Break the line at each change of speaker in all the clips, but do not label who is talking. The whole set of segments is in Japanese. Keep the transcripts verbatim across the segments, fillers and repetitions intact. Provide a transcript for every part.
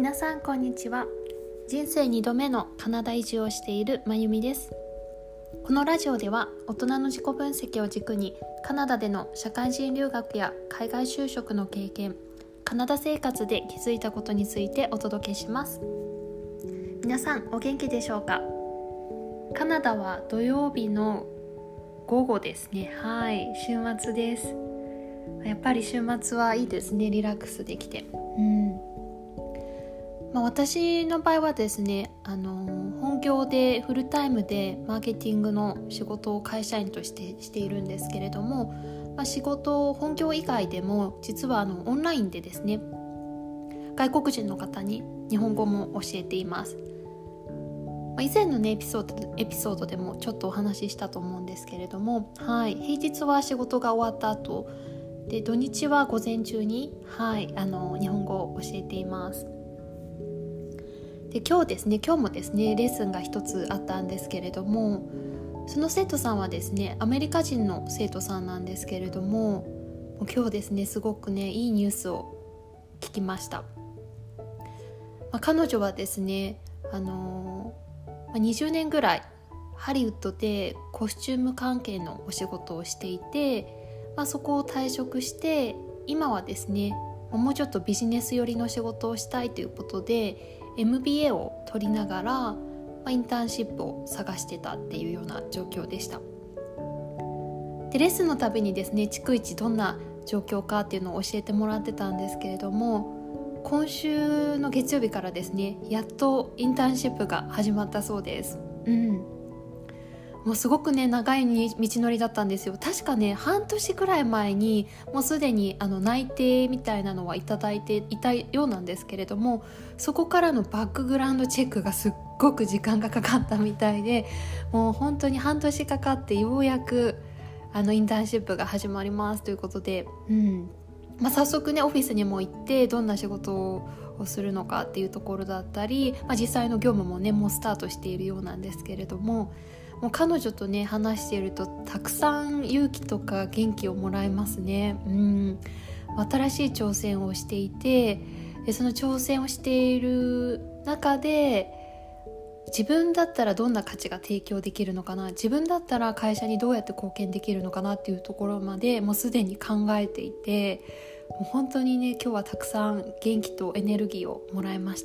皆さんこんにちは。人生にどめのカナダ移住をしているまゆみです。このラジオでは大人の自己分析を軸にカナダでの社会人留学や海外就職の経験、カナダ生活で気づいたことについてお届けします。皆さんお元気でしょうか？カナダは土曜日の午後ですね。はい、週末です。やっぱり週末はいいですね。リラックスできて、うんまあ、私の場合はですね、あの本業でフルタイムでマーケティングの仕事を会社員としてしているんですけれども、まあ、仕事本業以外でも実はあのオンラインでですね、外国人の方に日本語も教えています。まあ、以前の、ね、エピソード、エピソードでもちょっとお話ししたと思うんですけれども、はい、平日は仕事が終わった後で、土日は午前中に、はい、あの日本語を教えています。で今日ですね今日もですねレッスンが一つあったんですけれども、その生徒さんはですねアメリカ人の生徒さんなんですけれども、今日ですねすごくねいいニュースを聞きました。まあ、彼女はですねあのー、にじゅうねんぐらいハリウッドでコスチューム関係のお仕事をしていて、まあ、そこを退職して今はですねもうちょっとビジネス寄りの仕事をしたいということでエムビーエー を取りながら、まあ、インターンシップを探してたっていうような状況でした。でレッスンのたびにですね逐一どんな状況かっていうのを教えてもらってたんですけれども、今週の月曜日からですねやっとインターンシップが始まったそうです。うんもうすごくね長い道のりだったんですよ。確かね半年くらい前にもうすでにあの内定みたいなのはいただいていたようなんですけれども、そこからのバックグラウンドチェックがすっごく時間がかかったみたいで、もう本当に半年かかってようやくあのインターンシップが始まりますということで、うんまあ、早速ねオフィスにも行ってどんな仕事をするのかっていうところだったり、まあ、実際の業務もねもうスタートしているようなんですけれども、もう彼女とね話しているとたくさん勇気とか元気をもらえますね。うん新しい挑戦をしていて、でその挑戦をしている中で自分だったらどんな価値が提供できるのかな、自分だったら会社にどうやって貢献できるのかなっていうところまでもうすでに考えていて、もう本当にね今日はたくさん元気とエネルギーをもらいました。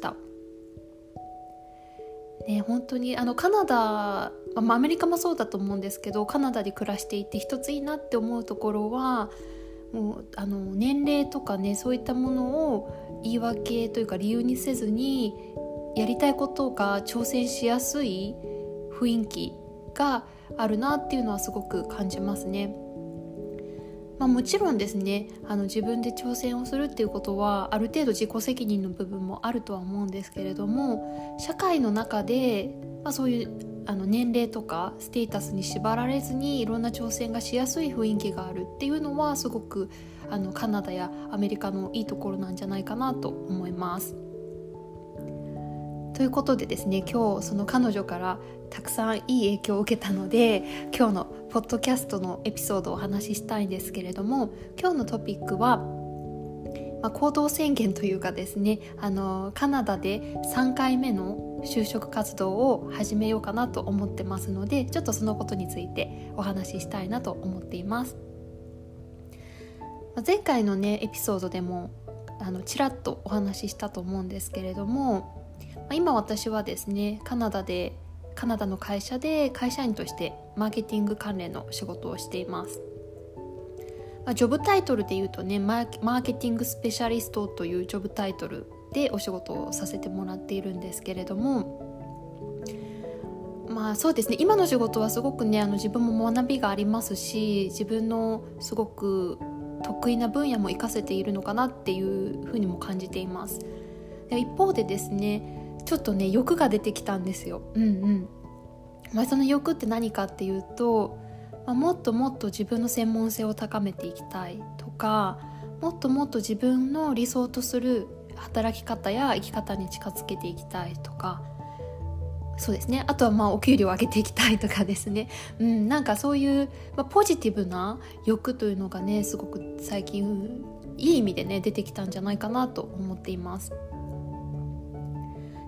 ね、本当にあのカナダ、まあ、アメリカもそうだと思うんですけど、カナダで暮らしていて一ついいなって思うところは、もうあの年齢とかねそういったものを言い訳というか理由にせずにやりたいことが挑戦しやすい雰囲気があるなっていうのはすごく感じますね。まあ、もちろんですねあの自分で挑戦をするっていうことはある程度自己責任の部分もあるとは思うんですけれども、社会の中で、まあ、そういうあの年齢とかステータスに縛られずにいろんな挑戦がしやすい雰囲気があるっていうのはすごくあのカナダやアメリカのいいところなんじゃないかなと思います。ということでですね、今日その彼女からたくさんいい影響を受けたので、今日のポッドキャストのエピソードをお話ししたいんですけれども、今日のトピックは、まあ、行動宣言というかですね、あのカナダでさんかいめの就職活動を始めようかなと思ってますので、ちょっとそのことについてお話ししたいなと思っています。まあ、前回のねエピソードでもあのちらっとお話ししたと思うんですけれども、今私はですねカナダでカナダの会社で会社員としてマーケティング関連の仕事をしています。まあ、ジョブタイトルで言うとねマー、マーケティングスペシャリストというジョブタイトルでお仕事をさせてもらっているんですけれども、まあそうですね今の仕事はすごくねあの自分も学びがありますし、自分のすごく得意な分野も活かせているのかなっていうふうにも感じています。で一方でですねちょっとね欲が出てきたんですよ。うんうんまあ、その欲って何かっていうと、まあ、もっともっと自分の専門性を高めていきたいとか、もっともっと自分の理想とする働き方や生き方に近づけていきたいとか、そうですねあとはまあお給料を上げていきたいとかですね、うん、なんかそういう、まあ、ポジティブな欲というのがねすごく最近いい意味でね出てきたんじゃないかなと思っています。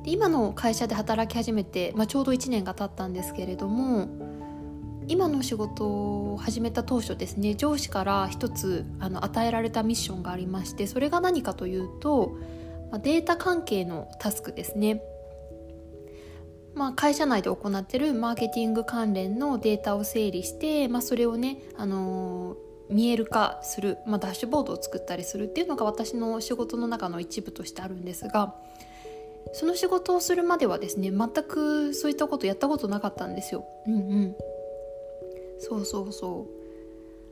で今の会社で働き始めて、まあ、ちょうどいちねんが経ったんですけれども、今の仕事を始めた当初ですね、上司から一つあの与えられたミッションがありまして、それが何かというと、まあ、データ関係のタスクですね。まあ、会社内で行っているマーケティング関連のデータを整理して、まあ、それをね、あのー、見える化する、まあ、ダッシュボードを作ったりするっていうのが私の仕事の中の一部としてあるんですが、その仕事をするまではですね、全くそういったことやったことなかったんですよ。うんうん。そうそうそう。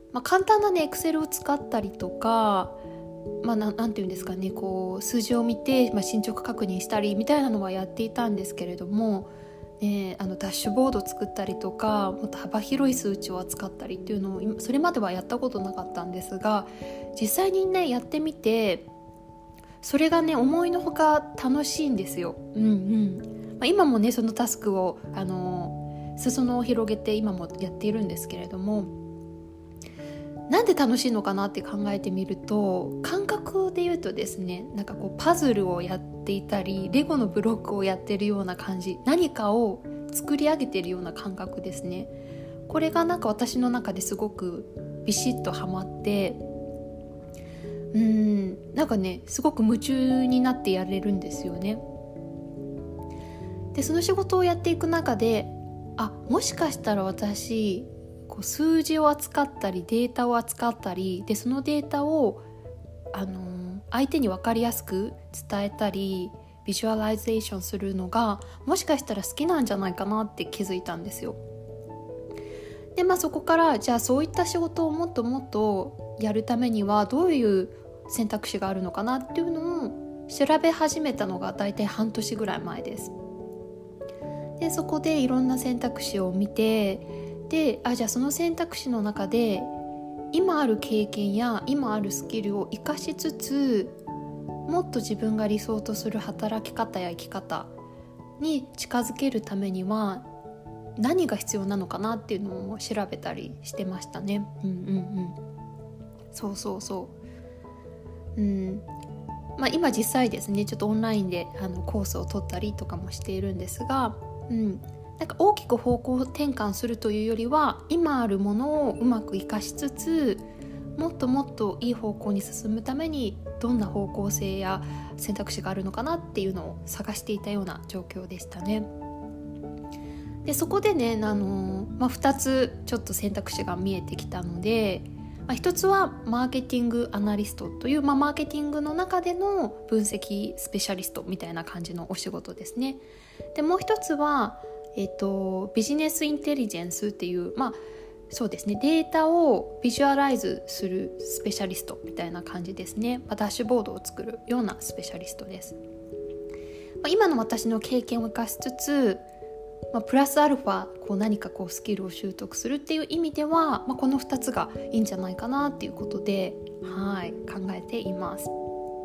まあ、簡単なね、Excel を使ったりとか、まあ、な, なんていうんですかね、こう数字を見て、まあ、進捗確認したりみたいなのはやっていたんですけれども、ね、あのダッシュボードを作ったりとか、もっと幅広い数値を扱ったりっていうのをそれまではやったことなかったんですが、実際にねやってみて、それがね思いのほか楽しいんですよ。うんうん。まあ、今もねそのタスクをあの裾野を広げて今もやっているんですけれども、なんで楽しいのかなって考えてみると、感覚で言うとですね、なんかこうパズルをやっていたりレゴのブロックをやっているような感じ、何かを作り上げているような感覚ですね。これがなんか私の中ですごくビシッとハマって、うーんなんかねすごく夢中になってやれるんですよね。でその仕事をやっていく中で、あ、もしかしたら私こう数字を扱ったりデータを扱ったりで、そのデータを、あのー、相手に分かりやすく伝えたりビジュアライゼーションするのがもしかしたら好きなんじゃないかなって気づいたんですよ。で、まあ、そこからじゃあそういった仕事をもっともっとやるためにはどういう選択肢があるのかなっていうのを調べ始めたのが大体半年ぐらい前です。でそこでいろんな選択肢を見て、であじゃあその選択肢の中で今ある経験や今あるスキルを生かしつつ、もっと自分が理想とする働き方や生き方に近づけるためには何が必要なのかなっていうのを調べたりしてましたね。うんうんうん。そうそうそう。うん。まあ今実際ですね、ちょっとオンラインであのコースを取ったりとかもしているんですが、うん。なんか大きく方向転換するというよりは、今あるものをうまく活かしつつ、もっともっといい方向に進むためにどんな方向性や選択肢があるのかなっていうのを探していたような状況でしたね。でそこでね、あのまあ、ふたつちょっと選択肢が見えてきたので、まあ、ひとつはマーケティングアナリストという、まあ、マーケティングの中での分析スペシャリストみたいな感じのお仕事ですね。でもうひとつはえっと、ビジネスインテリジェンスっていう、まあそうですね、データをビジュアライズするスペシャリストみたいな感じですね。まあ、ダッシュボードを作るようなスペシャリストです。まあ、今の私の経験を生かしつつ、まあ、プラスアルファこう何かこうスキルを習得するっていう意味では、まあ、このふたつがいいんじゃないかなっていうことで、はい、考えています。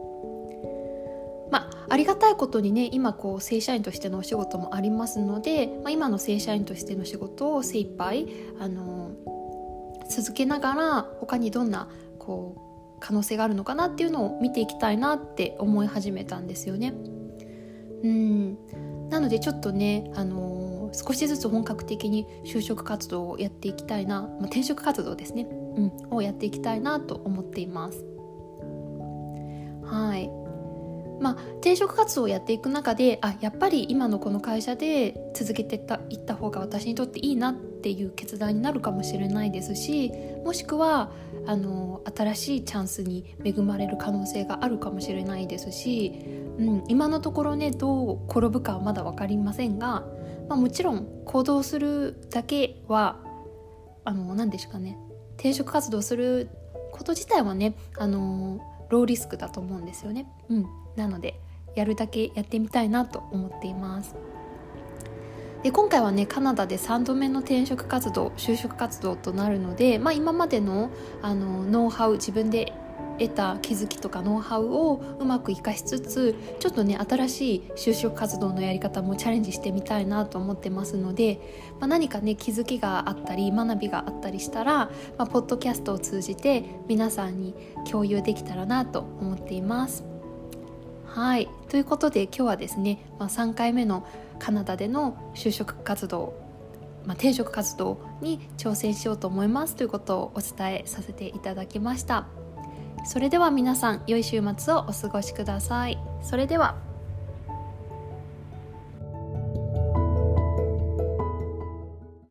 まあ、ありがたいことにね、今こう正社員としてのお仕事もありますので、まあ、今の正社員としての仕事を精一杯あの続けながら、他にどんなこう可能性があるのかなっていうのを見ていきたいなって思い始めたんですよね。うんなのでちょっとね、あの少しずつ本格的に就職活動をやっていきたいな、まあ、転職活動ですね、うん、をやっていきたいなと思っています。はい。まあ、転職活動をやっていく中で、あ、やっぱり今のこの会社で続けていった、いった方が私にとっていいなっていう決断になるかもしれないですし、もしくはあの新しいチャンスに恵まれる可能性があるかもしれないですし、うん、今のところねどう転ぶかはまだ分かりませんが、まあ、もちろん行動するだけはあの何でしょうかね、転職活動すること自体はね、あのローリスクだと思うんですよね。うん、なのでやるだけやってみたいなと思っています。で今回はねカナダでさんどめの転職活動就職活動となるので、まあ、今までの、あのノウハウ、自分で得た気づきとかノウハウをうまく活かしつつ、ちょっとね新しい就職活動のやり方もチャレンジしてみたいなと思ってますので、まあ、何かね気づきがあったり学びがあったりしたら、まあ、ポッドキャストを通じて皆さんに共有できたらなと思っています。はい、 ということで今日はですね、まあ、さんかいめのカナダでの就職活動、まあ、転職活動に挑戦しようと思いますということをお伝えさせていただきました。それでは皆さん良い週末をお過ごしください。それでは。